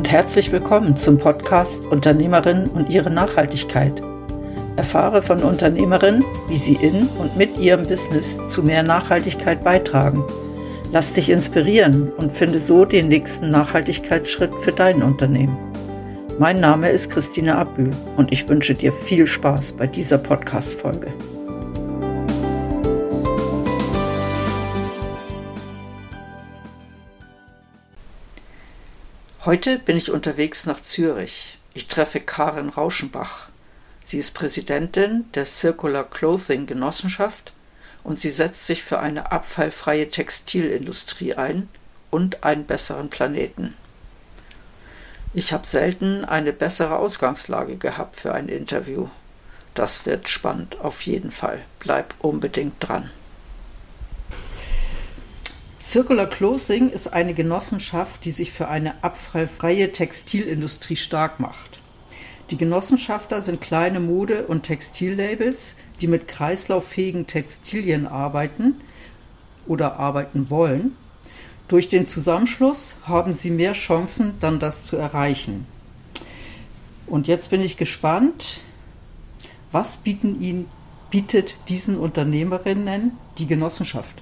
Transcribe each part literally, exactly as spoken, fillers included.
und herzlich willkommen zum Podcast Unternehmerinnen und ihre Nachhaltigkeit. Erfahre von Unternehmerinnen, wie sie in und mit ihrem Business zu mehr Nachhaltigkeit beitragen. Lass dich inspirieren und finde so den nächsten Nachhaltigkeitsschritt für dein Unternehmen. Mein Name ist Christine Abbühl und ich wünsche dir viel Spaß bei dieser Podcast-Folge. Heute bin ich unterwegs nach Zürich. Ich treffe Karin Rauschenbach. Sie ist Präsidentin der Circular Clothing Genossenschaft und sie setzt sich für eine abfallfreie Textilindustrie ein und einen besseren Planeten. Ich habe selten eine bessere Ausgangslage gehabt für ein Interview. Das wird spannend, auf jeden Fall. Bleib unbedingt dran. Circular Clothing ist eine Genossenschaft, die sich für eine abfallfreie Textilindustrie stark macht. Die Genossenschafter sind kleine Mode- und Textillabels, die mit kreislauffähigen Textilien arbeiten oder arbeiten wollen. Durch den Zusammenschluss haben sie mehr Chancen, dann das zu erreichen. Und jetzt bin ich gespannt, was bieten Ihnen, bietet diesen Unternehmerinnen die Genossenschaft?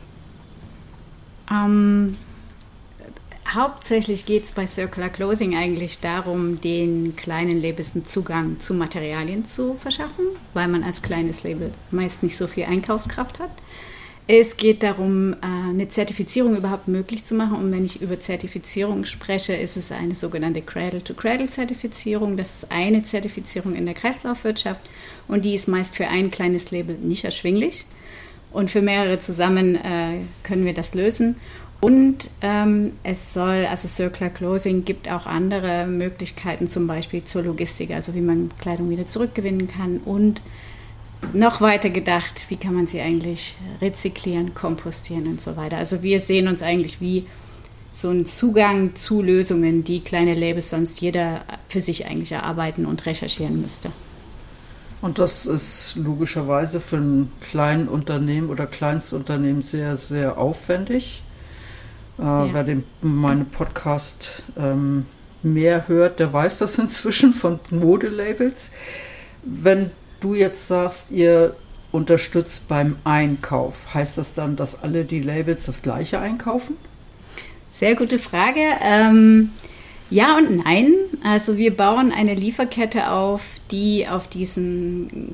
Ähm, hauptsächlich geht es bei Circular Clothing eigentlich darum, den kleinen Labels einen Zugang zu Materialien zu verschaffen, weil man als kleines Label meist nicht so viel Einkaufskraft hat. Es geht darum, eine Zertifizierung überhaupt möglich zu machen. Und wenn ich über Zertifizierung spreche, ist es eine sogenannte Cradle-to-Cradle-Zertifizierung. Das ist eine Zertifizierung in der Kreislaufwirtschaft und die ist meist für ein kleines Label nicht erschwinglich. Und für mehrere zusammen äh, können wir das lösen. Und ähm, es soll, also Circular Clothing gibt auch andere Möglichkeiten, zum Beispiel zur Logistik, also wie man Kleidung wieder zurückgewinnen kann. Und noch weiter gedacht, wie kann man sie eigentlich rezyklieren, kompostieren und so weiter. Also wir sehen uns eigentlich wie so einen Zugang zu Lösungen, die kleine Labels sonst jeder für sich eigentlich erarbeiten und recherchieren müsste. Und das ist logischerweise für ein kleines Unternehmen oder Kleinstunternehmen sehr, sehr aufwendig. Äh, ja. Wer den, meinen Podcast ähm, mehr hört, der weiß das inzwischen von Modelabels. Wenn du jetzt sagst, ihr unterstützt beim Einkauf, heißt das dann, dass alle die Labels das Gleiche einkaufen? Sehr gute Frage. Ähm Ja und nein. Also wir bauen eine Lieferkette auf, die auf diesen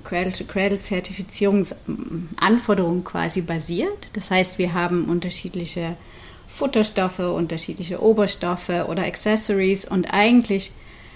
Cradle-to-Cradle-Zertifizierungsanforderungen quasi basiert. Das heißt, wir haben unterschiedliche Futterstoffe, unterschiedliche Oberstoffe oder Accessories und eigentlich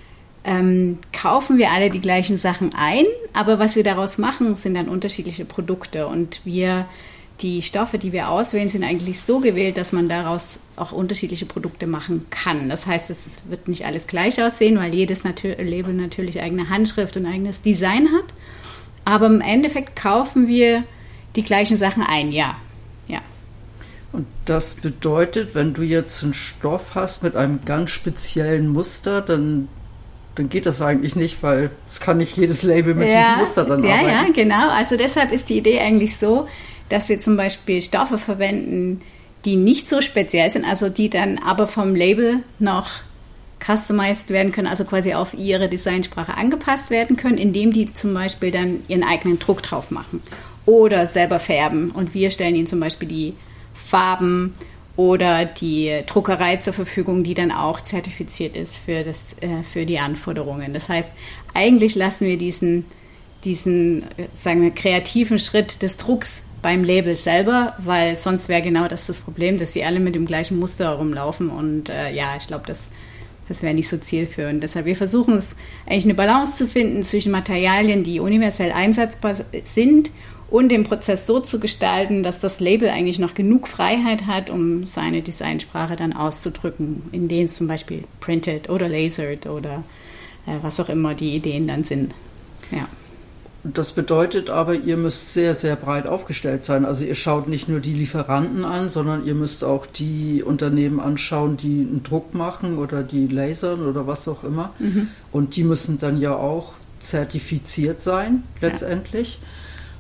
ähm, kaufen wir alle die gleichen Sachen ein, aber was wir daraus machen, sind dann unterschiedliche Produkte und wir Die Stoffe, die wir auswählen, sind eigentlich so gewählt, dass man daraus auch unterschiedliche Produkte machen kann. Das heißt, es wird nicht alles gleich aussehen, weil jedes natür- Label natürlich eigene Handschrift und eigenes Design hat. Aber im Endeffekt kaufen wir die gleichen Sachen ein, ja. ja. Und das bedeutet, wenn du jetzt einen Stoff hast mit einem ganz speziellen Muster, dann, dann geht das eigentlich nicht, weil es kann nicht jedes Label mit ja, diesem Muster dann ja, arbeiten. Ja, genau. Also deshalb ist die Idee eigentlich so, dass wir zum Beispiel Stoffe verwenden, die nicht so speziell sind, also die dann aber vom Label noch customized werden können, also quasi auf ihre Designsprache angepasst werden können, indem die zum Beispiel dann ihren eigenen Druck drauf machen oder selber färben. Und wir stellen ihnen zum Beispiel die Farben oder die Druckerei zur Verfügung, die dann auch zertifiziert ist für, das, äh, für die Anforderungen. Das heißt, eigentlich lassen wir diesen, diesen sagen wir, kreativen Schritt des Drucks beim Label selber, weil sonst wäre genau das das Problem, dass sie alle mit dem gleichen Muster herumlaufen und äh, ja, ich glaube, das, das wäre nicht so zielführend. Deshalb, wir versuchen es eigentlich eine Balance zu finden zwischen Materialien, die universell einsetzbar sind und den Prozess so zu gestalten, dass das Label eigentlich noch genug Freiheit hat, um seine Designsprache dann auszudrücken, in denen es zum Beispiel printed oder lasered oder äh, was auch immer die Ideen dann sind. Ja. Das bedeutet aber, ihr müsst sehr, sehr breit aufgestellt sein. Also ihr schaut nicht nur die Lieferanten an, sondern ihr müsst auch die Unternehmen anschauen, die einen Druck machen oder die lasern oder was auch immer. Mhm. Und die müssen dann ja auch zertifiziert sein, letztendlich.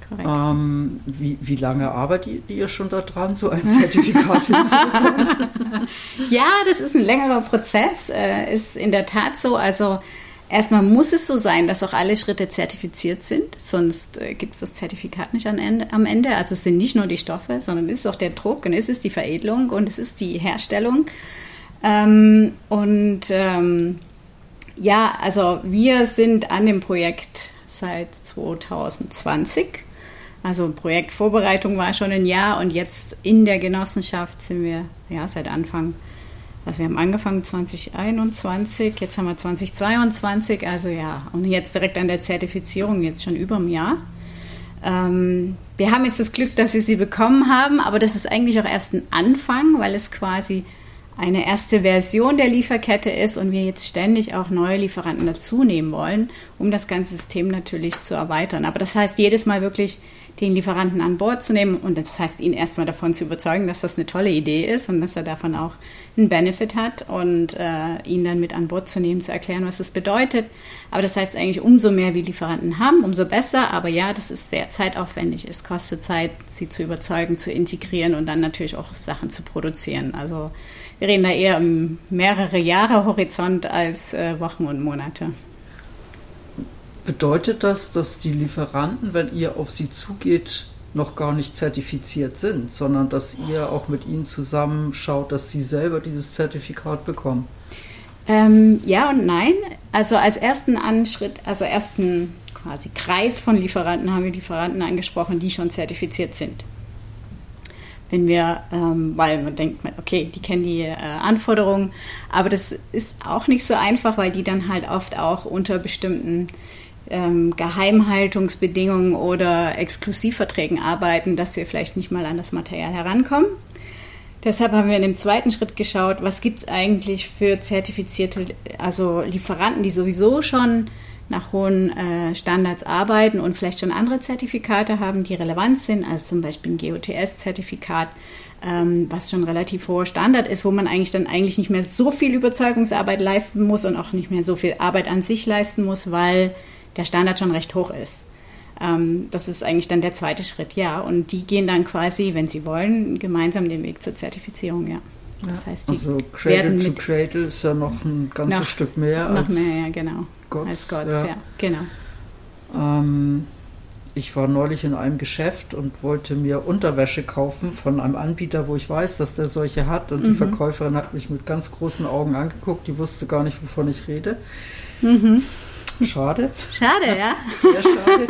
korrekt. Ähm, wie, wie lange arbeitet ihr schon daran, so ein Zertifikat hinzubekommen? Ja, das ist ein längerer Prozess. Äh, ist in der Tat so. Also erstmal muss es so sein, dass auch alle Schritte zertifiziert sind. Sonst äh, gibt es das Zertifikat nicht am Ende, am Ende. Also es sind nicht nur die Stoffe, sondern es ist auch der Druck und es ist die Veredelung und es ist die Herstellung. Ähm, und ähm, ja, also wir sind an dem Projekt seit zwanzig zwanzig. Also Projektvorbereitung war schon ein Jahr und jetzt in der Genossenschaft sind wir ja seit Anfang, also wir haben angefangen zwanzig einundzwanzig, jetzt haben wir zwanzig zweiundzwanzig, also ja, und jetzt direkt an der Zertifizierung, jetzt schon über ein Jahr. Ähm, wir haben jetzt das Glück, dass wir sie bekommen haben, aber das ist eigentlich auch erst ein Anfang, weil es quasi eine erste Version der Lieferkette ist und wir jetzt ständig auch neue Lieferanten dazu nehmen wollen, um das ganze System natürlich zu erweitern. Aber das heißt, jedes Mal wirklich den Lieferanten an Bord zu nehmen und das heißt, ihn erstmal davon zu überzeugen, dass das eine tolle Idee ist und dass er davon auch einen Benefit hat und äh, ihn dann mit an Bord zu nehmen, zu erklären, was das bedeutet. Aber das heißt eigentlich, umso mehr wir Lieferanten haben, umso besser. Aber ja, das ist sehr zeitaufwendig. Es kostet Zeit, sie zu überzeugen, zu integrieren und dann natürlich auch Sachen zu produzieren. Also wir reden da eher um mehrere Jahre Horizont als äh, Wochen und Monate. Bedeutet das, dass die Lieferanten, wenn ihr auf sie zugeht, noch gar nicht zertifiziert sind, sondern dass ihr auch mit ihnen zusammen schaut, dass sie selber dieses Zertifikat bekommen? Ähm, ja und nein. Also als ersten Anschritt, also ersten quasi Kreis von Lieferanten haben wir Lieferanten angesprochen, die schon zertifiziert sind. Wenn wir, ähm, weil man denkt, okay, die kennen die äh, Anforderungen, aber das ist auch nicht so einfach, weil die dann halt oft auch unter bestimmten ähm, Geheimhaltungsbedingungen oder Exklusivverträgen arbeiten, dass wir vielleicht nicht mal an das Material herankommen. Deshalb haben wir in dem zweiten Schritt geschaut, was gibt es eigentlich für zertifizierte, also Lieferanten, die sowieso schon nach hohen äh, Standards arbeiten und vielleicht schon andere Zertifikate haben, die relevant sind, also zum Beispiel ein G O T S-Zertifikat, ähm, was schon relativ hoher Standard ist, wo man eigentlich dann eigentlich nicht mehr so viel Überzeugungsarbeit leisten muss und auch nicht mehr so viel Arbeit an sich leisten muss, weil der Standard schon recht hoch ist. Ähm, das ist eigentlich dann der zweite Schritt, ja. Und die gehen dann quasi, wenn sie wollen, gemeinsam den Weg zur Zertifizierung, ja. Das heißt, die also Cradle to Cradle ist ja noch ein ganzes noch, Stück mehr noch als mehr, ja, genau. Gots, als Gots, ja. ja, genau. Ähm, ich war neulich in einem Geschäft und wollte mir Unterwäsche kaufen von einem Anbieter, wo ich weiß, dass der solche hat. Und mhm. die Verkäuferin hat mich mit ganz großen Augen angeguckt. Die wusste gar nicht, wovon ich rede. Mhm. Schade. Schade, ja. Sehr schade.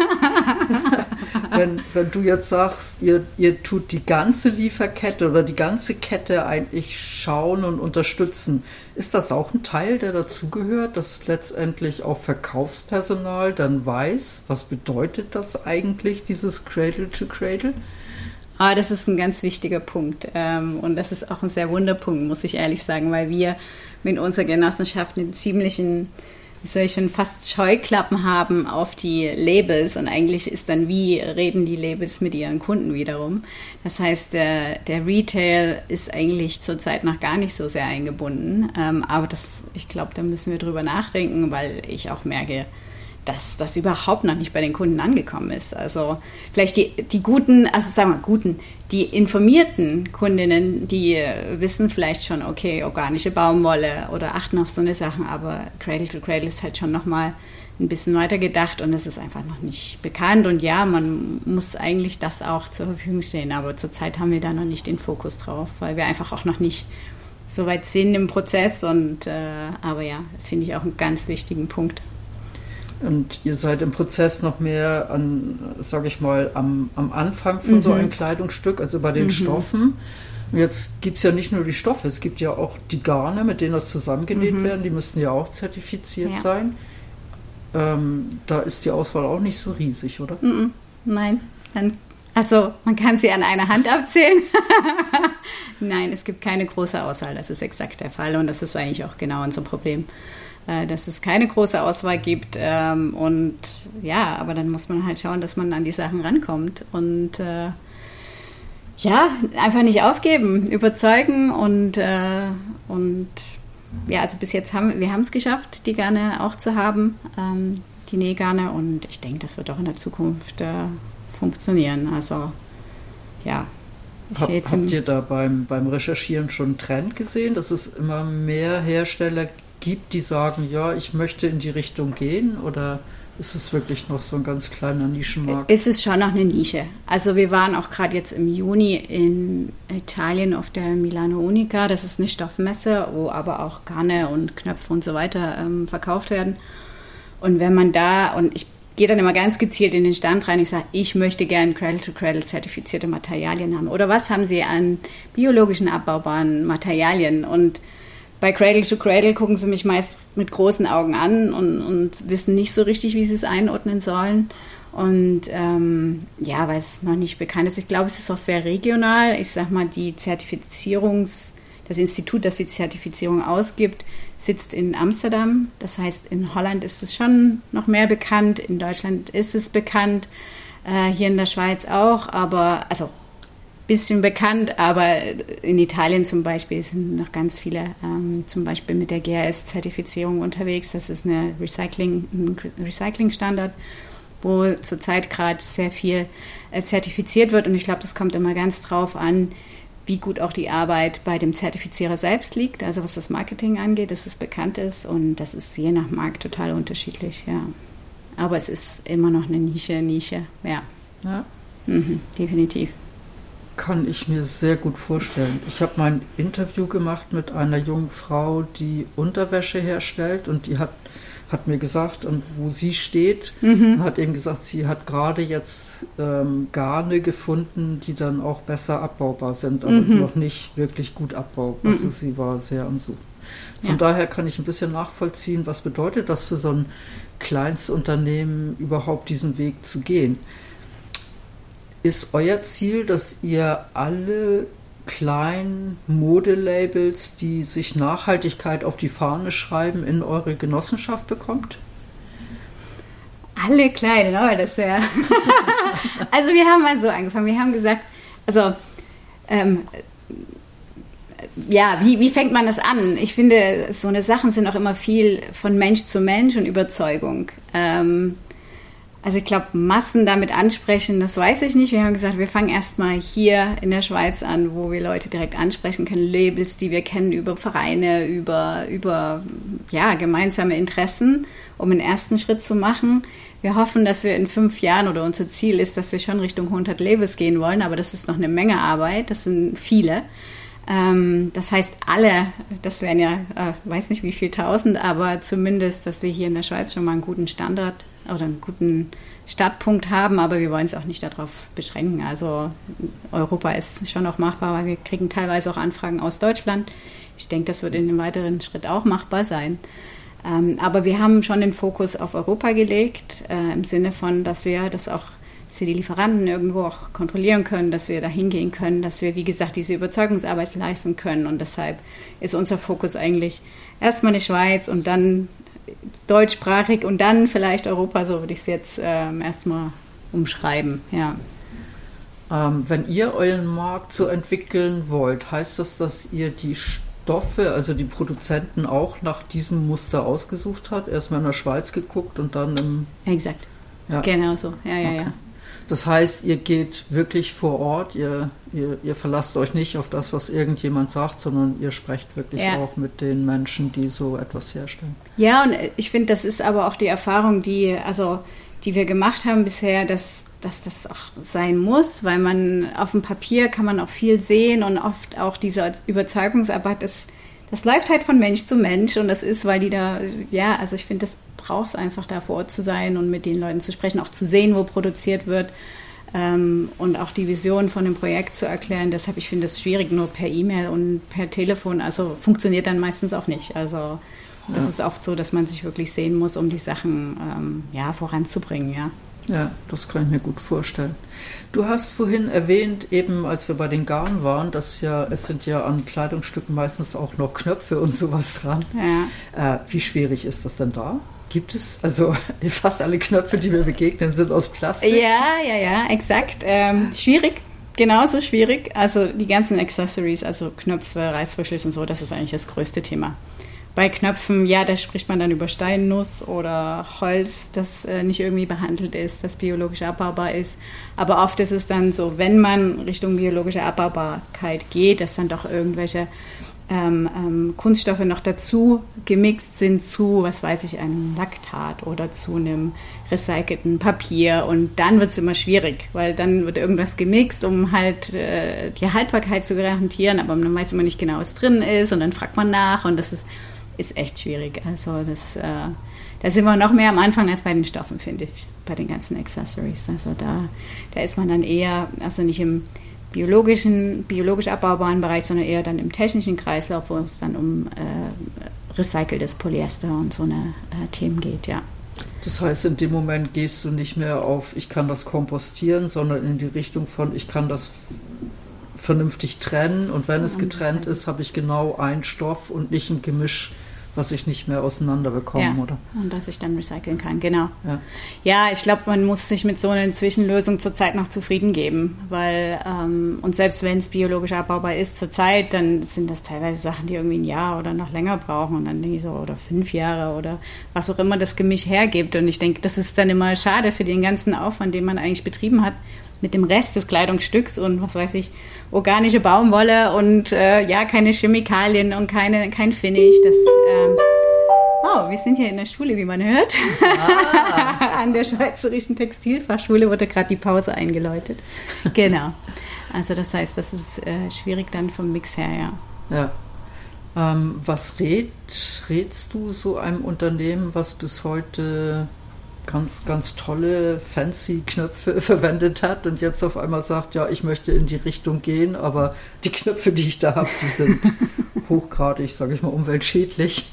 wenn, wenn du jetzt sagst, ihr, ihr tut die ganze Lieferkette oder die ganze Kette eigentlich schauen und unterstützen, ist das auch ein Teil, der dazugehört, dass letztendlich auch Verkaufspersonal dann weiß, was bedeutet das eigentlich, dieses Cradle to Cradle? Ah, das ist ein ganz wichtiger Punkt. Und das ist auch ein sehr Wunderpunkt, muss ich ehrlich sagen, weil wir mit unserer Genossenschaft einen ziemlichen, wie soll ich schon, fast Scheuklappen haben auf die Labels und eigentlich ist dann, wie reden die Labels mit ihren Kunden wiederum. Das heißt, der, der Retail ist eigentlich zurzeit noch gar nicht so sehr eingebunden, ähm, aber das, ich glaube, da müssen wir drüber nachdenken, weil ich auch merke, dass das überhaupt noch nicht bei den Kunden angekommen ist. Also vielleicht die, die guten, also sagen wir guten, die informierten Kundinnen, die wissen vielleicht schon, okay, organische Baumwolle oder achten auf so eine Sachen, aber Cradle to Cradle ist halt schon nochmal ein bisschen weiter gedacht und es ist einfach noch nicht bekannt. Und ja, man muss eigentlich das auch zur Verfügung stehen, aber zurzeit haben wir da noch nicht den Fokus drauf, weil wir einfach auch noch nicht so weit sind im Prozess. Und, äh, aber ja, finde ich auch einen ganz wichtigen Punkt. Und ihr seid im Prozess noch mehr an, sage ich mal, am, am Anfang von mhm. so einem Kleidungsstück, also bei den mhm. Stoffen. Und jetzt gibt es ja nicht nur die Stoffe, es gibt ja auch die Garne, mit denen das zusammengenäht mhm. werden, die müssten ja auch zertifiziert ja. sein. Ähm, da ist die Auswahl auch nicht so riesig, oder? Mhm. Nein, dann, also man kann sie an einer Hand abzählen. Nein, es gibt keine große Auswahl, das ist exakt der Fall und das ist eigentlich auch genau unser Problem. Dass es keine große Auswahl gibt ähm, und ja, aber dann muss man halt schauen, dass man an die Sachen rankommt und äh, ja, einfach nicht aufgeben, überzeugen und äh, und ja, also bis jetzt haben wir haben es geschafft, die Garne auch zu haben, ähm, die Nähgarne und ich denke, das wird auch in der Zukunft äh, funktionieren. Also ja. Hab, habt ihr da beim, beim Recherchieren schon einen Trend gesehen, dass es immer mehr Hersteller gibt, die sagen, ja, ich möchte in die Richtung gehen, oder ist es wirklich noch so ein ganz kleiner Nischenmarkt? Es ist schon noch eine Nische. Also wir waren auch gerade jetzt im Juni in Italien auf der Milano Unica. Das ist eine Stoffmesse, wo aber auch Garne und Knöpfe und so weiter ähm, verkauft werden. Und wenn man da, und ich gehe dann immer ganz gezielt in den Stand rein, ich sage, ich möchte gerne Cradle-to-Cradle zertifizierte Materialien haben. Oder was haben Sie an biologischen abbaubaren Materialien? Und bei Cradle-to-Cradle gucken sie mich meist mit großen Augen an und, und wissen nicht so richtig, wie sie es einordnen sollen. Und ähm, ja, weil es noch nicht bekannt ist. Ich glaube, es ist auch sehr regional. Ich sag mal, die Zertifizierungs, das Institut, das die Zertifizierung ausgibt, sitzt in Amsterdam. Das heißt, in Holland ist es schon noch mehr bekannt. In Deutschland ist es bekannt. Äh, hier in der Schweiz auch. Aber, also, bisschen bekannt, aber in Italien zum Beispiel sind noch ganz viele ähm, zum Beispiel mit der G R S-Zertifizierung unterwegs. Das ist eine Recycling, ein Recycling-Standard, wo zurzeit gerade sehr viel äh, zertifiziert wird. Und ich glaube, das kommt immer ganz drauf an, wie gut auch die Arbeit bei dem Zertifizierer selbst liegt, also was das Marketing angeht, dass es bekannt ist. Und das ist je nach Markt total unterschiedlich, ja. Aber es ist immer noch eine Nische, Nische, ja. Ja. Mhm, definitiv. Kann ich mir sehr gut vorstellen. Ich habe mal ein Interview gemacht mit einer jungen Frau, die Unterwäsche herstellt, und die hat, hat mir gesagt, und wo sie steht, mhm. und hat eben gesagt, sie hat gerade jetzt ähm, Garne gefunden, die dann auch besser abbaubar sind, aber mhm. noch nicht wirklich gut abbaubar. Mhm. Also sie war sehr am Suchen. Von ja. daher kann ich ein bisschen nachvollziehen, was bedeutet das für so ein Kleinstunternehmen überhaupt diesen Weg zu gehen. Ist euer Ziel, dass ihr alle kleinen Modelabels, die sich Nachhaltigkeit auf die Fahne schreiben, in eure Genossenschaft bekommt? Alle kleinen, aber das ja. Also wir haben mal so angefangen. Wir haben gesagt, also ähm, ja, wie, wie fängt man das an? Ich finde, so eine Sachen sind auch immer viel von Mensch zu Mensch und Überzeugung. Ähm, Also ich glaube, Massen damit ansprechen, das weiß ich nicht. Wir haben gesagt, wir fangen erstmal hier in der Schweiz an, wo wir Leute direkt ansprechen können, Labels, die wir kennen über Vereine, über, über ja, gemeinsame Interessen, um einen ersten Schritt zu machen. Wir hoffen, dass wir in fünf Jahren, oder unser Ziel ist, dass wir schon Richtung hundert Labels gehen wollen, aber das ist noch eine Menge Arbeit, das sind viele. Ähm, das heißt, alle, das wären ja, äh, weiß nicht wie viel tausend, aber zumindest, dass wir hier in der Schweiz schon mal einen guten Standard oder einen guten Startpunkt haben, aber wir wollen es auch nicht darauf beschränken. Also Europa ist schon noch machbar, weil wir kriegen teilweise auch Anfragen aus Deutschland. Ich denke, das wird in einem weiteren Schritt auch machbar sein. Ähm, aber wir haben schon den Fokus auf Europa gelegt, äh, im Sinne von, dass wir das auch, dass wir die Lieferanten irgendwo auch kontrollieren können, dass wir da hingehen können, dass wir, wie gesagt, diese Überzeugungsarbeit leisten können. Und deshalb ist unser Fokus eigentlich erstmal die Schweiz und dann deutschsprachig und dann vielleicht Europa, so würde ich es jetzt ähm, erstmal umschreiben, ja. Ähm, wenn ihr euren Markt so entwickeln wollt, heißt das, dass ihr die Stoffe, also die Produzenten auch nach diesem Muster ausgesucht habt? Erstmal in der Schweiz geguckt und dann im... Exakt, ja. Genau so, ja, ja, okay. ja. Das heißt, ihr geht wirklich vor Ort, ihr, ihr, ihr verlasst euch nicht auf das, was irgendjemand sagt, sondern ihr sprecht wirklich ja. auch mit den Menschen, die so etwas herstellen. Ja, und ich finde, das ist aber auch die Erfahrung, die, also, die wir gemacht haben bisher, dass, dass das auch sein muss, weil man auf dem Papier kann man auch viel sehen und oft auch diese Überzeugungsarbeit, das, das läuft halt von Mensch zu Mensch und das ist, weil die da, ja, also ich finde, das braucht es einfach, da vor Ort zu sein und mit den Leuten zu sprechen, auch zu sehen, wo produziert wird ähm, und auch die Vision von dem Projekt zu erklären. Deshalb, ich finde das schwierig, nur per E-Mail und per Telefon, also funktioniert dann meistens auch nicht. Also das ja. ist oft so, dass man sich wirklich sehen muss, um die Sachen ähm, ja, voranzubringen, ja. Ja, das kann ich mir gut vorstellen. Du hast vorhin erwähnt, eben als wir bei den Garn waren, dass ja, es sind ja an Kleidungsstücken meistens auch noch Knöpfe und sowas dran. Ja. Äh, wie schwierig ist das denn da? Gibt es, also fast alle Knöpfe, die mir begegnen, sind aus Plastik? Ja, ja, ja, exakt. Ähm, schwierig, genauso schwierig. Also die ganzen Accessories, also Knöpfe, Reißverschlüsse und so, das ist eigentlich das größte Thema. bei Knöpfen, ja, da spricht man dann über Steinnuss oder Holz, das äh, nicht irgendwie behandelt ist, das biologisch abbaubar ist. Aber oft ist es dann so, wenn man Richtung biologische Abbaubarkeit geht, dass dann doch irgendwelche ähm, ähm, Kunststoffe noch dazu gemixt sind zu, was weiß ich, einem Laktat oder zu einem recycelten Papier. Und dann wird es immer schwierig, weil dann wird irgendwas gemixt, um halt äh, die Haltbarkeit zu garantieren, aber man weiß immer nicht genau, was drin ist und dann fragt man nach und das ist ist echt schwierig. Also das, äh, da sind wir noch mehr am Anfang als bei den Stoffen, finde ich, bei den ganzen Accessories. Also da, da ist man dann eher, also nicht im biologischen, biologisch abbaubaren Bereich, sondern eher dann im technischen Kreislauf, wo es dann um äh, recyceltes Polyester und so eine äh, Themen geht, ja. Das heißt, in dem Moment gehst du nicht mehr auf, ich kann das kompostieren, sondern in die Richtung von, ich kann das vernünftig trennen und wenn es getrennt ist, habe ich genau einen Stoff und nicht ein Gemisch, was ich nicht mehr auseinander bekomme, ja, oder? Und dass ich dann recyceln kann, genau. Ja, ja ich glaube, man muss sich mit so einer Zwischenlösung zurzeit noch zufrieden geben, weil, ähm, und selbst wenn es biologisch abbaubar ist zurzeit, dann sind das teilweise Sachen, die irgendwie ein Jahr oder noch länger brauchen und dann denke ich so, oder fünf Jahre oder was auch immer das Gemisch hergibt und ich denke, das ist dann immer schade für den ganzen Aufwand, den man eigentlich betrieben hat, mit dem Rest des Kleidungsstücks und was weiß ich, organische Baumwolle und äh, ja, keine Chemikalien und keine, kein Finish. Das, ähm oh, wir sind hier in der Schule, wie man hört. Ah. An der Schweizerischen Textilfachschule wurde gerade die Pause eingeläutet. Genau. Also das heißt, das ist äh, schwierig dann vom Mix her, ja. Ja. Ähm, was rät, rätst du so einem Unternehmen, was bis heute ganz, ganz tolle, fancy Knöpfe verwendet hat und jetzt auf einmal sagt, ja, ich möchte in die Richtung gehen, aber die Knöpfe, die ich da habe, die sind hochgradig, sage ich mal, umweltschädlich.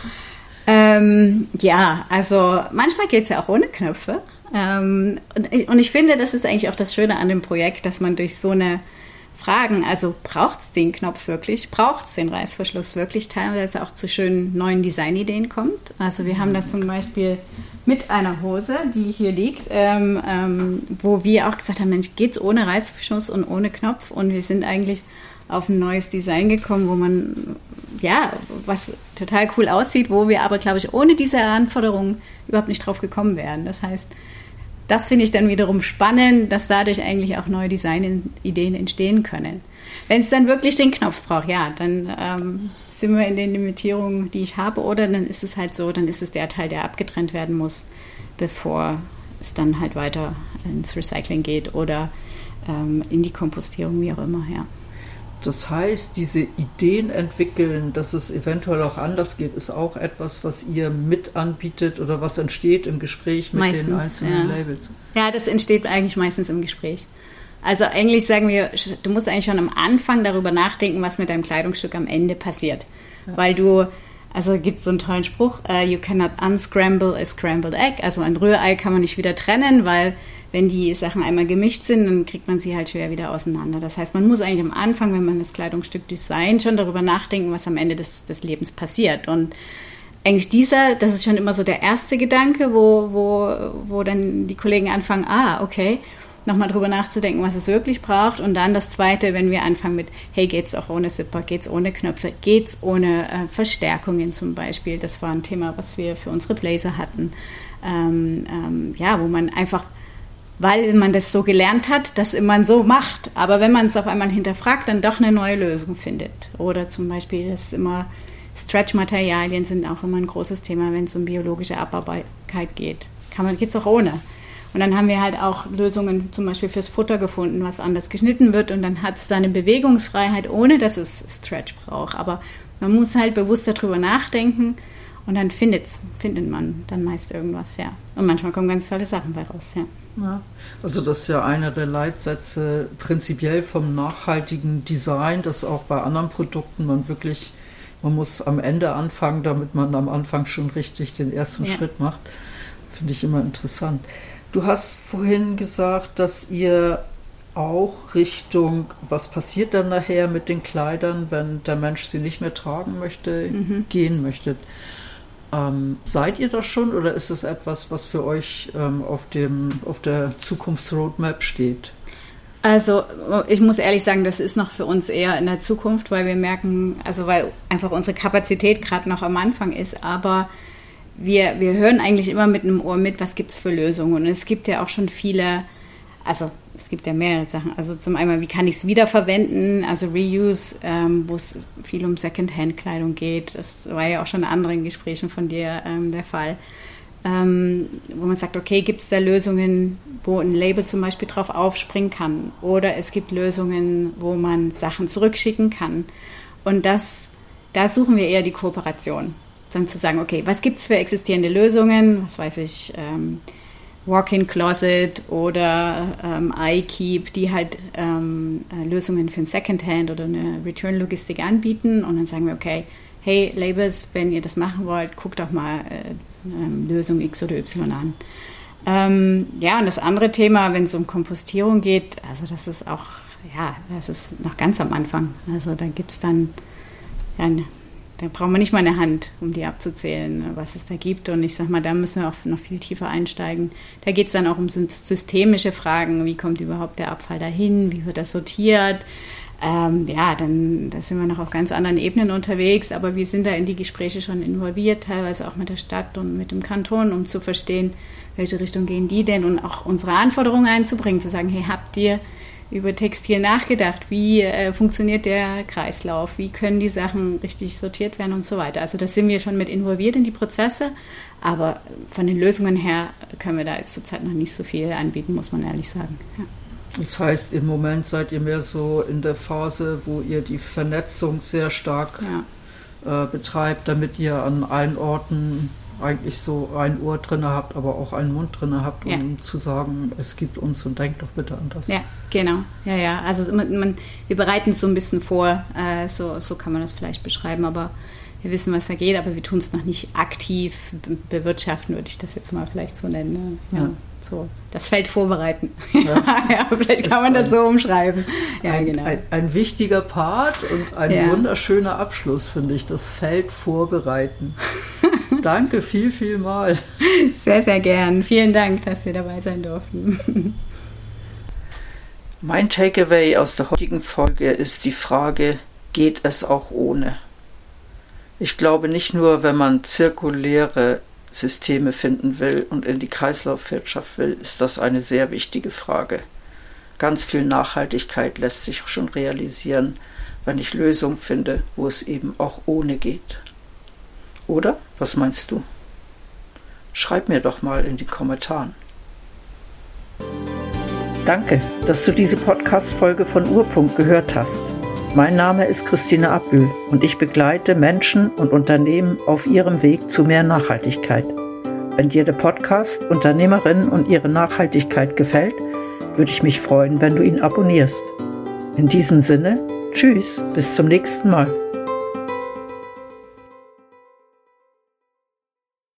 Ähm, ja, also manchmal geht es ja auch ohne Knöpfe. Ähm, und, und ich finde, das ist eigentlich auch das Schöne an dem Projekt, dass man durch so eine Fragen, also braucht es den Knopf wirklich, braucht es den Reißverschluss wirklich, teilweise auch zu schönen neuen Designideen kommt. Also wir haben das zum Beispiel mit einer Hose, die hier liegt, ähm, ähm, wo wir auch gesagt haben, Mensch, geht's ohne Reißverschluss und ohne Knopf und wir sind eigentlich auf ein neues Design gekommen, wo man, ja, was total cool aussieht, wo wir aber, glaube ich, ohne diese Anforderungen überhaupt nicht drauf gekommen wären. Das heißt, das finde ich dann wiederum spannend, dass dadurch eigentlich auch neue Designideen entstehen können. Wenn es dann wirklich den Knopf braucht, ja, dann ähm, sind wir in den Limitierungen, die ich habe, oder dann ist es halt so, dann ist es der Teil, der abgetrennt werden muss, bevor es dann halt weiter ins Recycling geht oder ähm, in die Kompostierung, wie auch immer, ja. Das heißt, diese Ideen entwickeln, dass es eventuell auch anders geht, ist auch etwas, was ihr mit anbietet oder was entsteht im Gespräch mit meistens, den einzelnen ja. Labels? Ja, das entsteht eigentlich meistens im Gespräch. Also eigentlich sagen wir, du musst eigentlich schon am Anfang darüber nachdenken, was mit deinem Kleidungsstück am Ende passiert. Ja. Weil du, also gibt es so einen tollen Spruch, uh, you cannot unscramble a scrambled egg. Also ein Rührei kann man nicht wieder trennen, weil wenn die Sachen einmal gemischt sind, dann kriegt man sie halt schwer wieder auseinander. Das heißt, man muss eigentlich am Anfang, wenn man das Kleidungsstück designt, schon darüber nachdenken, was am Ende des, des Lebens passiert. Und eigentlich dieser, das ist schon immer so der erste Gedanke, wo, wo, wo dann die Kollegen anfangen, ah, okay, nochmal drüber nachzudenken, was es wirklich braucht. Und dann das Zweite, wenn wir anfangen mit, hey, geht's auch ohne Zipper, geht's ohne Knöpfe, geht's ohne äh, Verstärkungen zum Beispiel. Das war ein Thema, was wir für unsere Blazer hatten. Ähm, ähm, ja, wo man einfach, weil man das so gelernt hat, dass man so macht. Aber wenn man es auf einmal hinterfragt, dann doch eine neue Lösung findet. Oder zum Beispiel, dass immer Stretch-Materialien sind auch immer ein großes Thema, wenn es um biologische Abbaubarkeit geht. Kann man, geht's auch ohne. Und dann haben wir halt auch Lösungen zum Beispiel fürs Futter gefunden, was anders geschnitten wird. Und dann hat es da eine Bewegungsfreiheit, ohne dass es Stretch braucht. Aber man muss halt bewusst darüber nachdenken und dann findet's, findet man dann meist irgendwas, ja. Und manchmal kommen ganz tolle Sachen bei raus, ja. Ja, also das ist ja einer der Leitsätze prinzipiell vom nachhaltigen Design, dass auch bei anderen Produkten man wirklich, man muss am Ende anfangen, damit man am Anfang schon richtig den ersten ja. Schritt macht. Finde ich immer interessant. Du hast vorhin gesagt, dass ihr auch Richtung, was passiert dann nachher mit den Kleidern, wenn der Mensch sie nicht mehr tragen möchte, mhm. gehen möchte. Ähm, seid ihr das schon oder ist es etwas, was für euch ähm, auf dem, auf der Zukunftsroadmap steht? Also ich muss ehrlich sagen, das ist noch für uns eher in der Zukunft, weil wir merken, also weil einfach unsere Kapazität gerade noch am Anfang ist, aber wir, wir hören eigentlich immer mit einem Ohr mit, was gibt es für Lösungen. Und es gibt ja auch schon viele, also es gibt ja mehrere Sachen. Also zum einen, wie kann ich es wiederverwenden, also Reuse, ähm, wo es viel um Secondhand-Kleidung geht. Das war ja auch schon in anderen Gesprächen von dir ähm, der Fall. Ähm, wo man sagt, okay, gibt es da Lösungen, wo ein Label zum Beispiel drauf aufspringen kann, oder es gibt Lösungen, wo man Sachen zurückschicken kann, und das, da suchen wir eher die Kooperation, dann zu sagen, okay, was gibt es für existierende Lösungen, was weiß ich, ähm, Walk-in Closet oder ähm, iKeep, die halt ähm, Lösungen für ein Secondhand oder eine Return-Logistik anbieten, und dann sagen wir, okay, hey Labels, wenn ihr das machen wollt, guckt doch mal äh, ähm, Lösung X oder Y an. Ähm, ja, und das andere Thema, wenn es um Kompostierung geht, also das ist auch, ja, das ist noch ganz am Anfang. Also da gibt es dann, ja, da brauchen wir nicht mal eine Hand, um die abzuzählen, was es da gibt. Und ich sag mal, da müssen wir auch noch viel tiefer einsteigen. Da geht es dann auch um systemische Fragen. Wie kommt überhaupt der Abfall dahin? Wie wird das sortiert? Ähm, ja, dann da sind wir noch auf ganz anderen Ebenen unterwegs, aber wir sind da in die Gespräche schon involviert, teilweise auch mit der Stadt und mit dem Kanton, um zu verstehen, welche Richtung gehen die denn, und auch unsere Anforderungen einzubringen, zu sagen, hey, habt ihr über Textil nachgedacht? Wie äh, funktioniert der Kreislauf? Wie können die Sachen richtig sortiert werden und so weiter? Also da sind wir schon mit involviert in die Prozesse, aber von den Lösungen her können wir da jetzt zurzeit noch nicht so viel anbieten, muss man ehrlich sagen. Ja. Das heißt, im Moment seid ihr mehr so in der Phase, wo ihr die Vernetzung sehr stark ja. äh, betreibt, damit ihr an allen Orten eigentlich so ein Ohr drin habt, aber auch einen Mund drin habt, um ja. zu sagen, es gibt uns und denkt doch bitte an das. Ja, genau. Ja, ja. Also man, man, wir bereiten es so ein bisschen vor, äh, so, so kann man das vielleicht beschreiben, aber wir wissen, was da geht, aber wir tun es noch nicht aktiv bewirtschaften, würde ich das jetzt mal vielleicht so nennen. Ne? Ja. Ja. So, das Feld vorbereiten. Ja. Ja, vielleicht kann man das so umschreiben. Ja, ein, genau. ein, ein wichtiger Part und ein ja. wunderschöner Abschluss, finde ich, das Feld vorbereiten. Danke viel, viel mal. Sehr, sehr gern. Vielen Dank, dass wir dabei sein durften. Mein Takeaway aus der heutigen Folge ist die Frage, geht es auch ohne? Ich glaube, nicht nur, wenn man zirkuläre Systeme finden will und in die Kreislaufwirtschaft will, ist das eine sehr wichtige Frage. Ganz viel Nachhaltigkeit lässt sich schon realisieren, wenn ich Lösungen finde, wo es eben auch ohne geht. Oder? Was meinst du? Schreib mir doch mal in die Kommentaren. Danke, dass du diese Podcast-Folge von Urpunkt gehört hast. Mein Name ist Christine Abbühl und ich begleite Menschen und Unternehmen auf ihrem Weg zu mehr Nachhaltigkeit. Wenn dir der Podcast Unternehmerinnen und ihre Nachhaltigkeit gefällt, würde ich mich freuen, wenn du ihn abonnierst. In diesem Sinne, tschüss, bis zum nächsten Mal.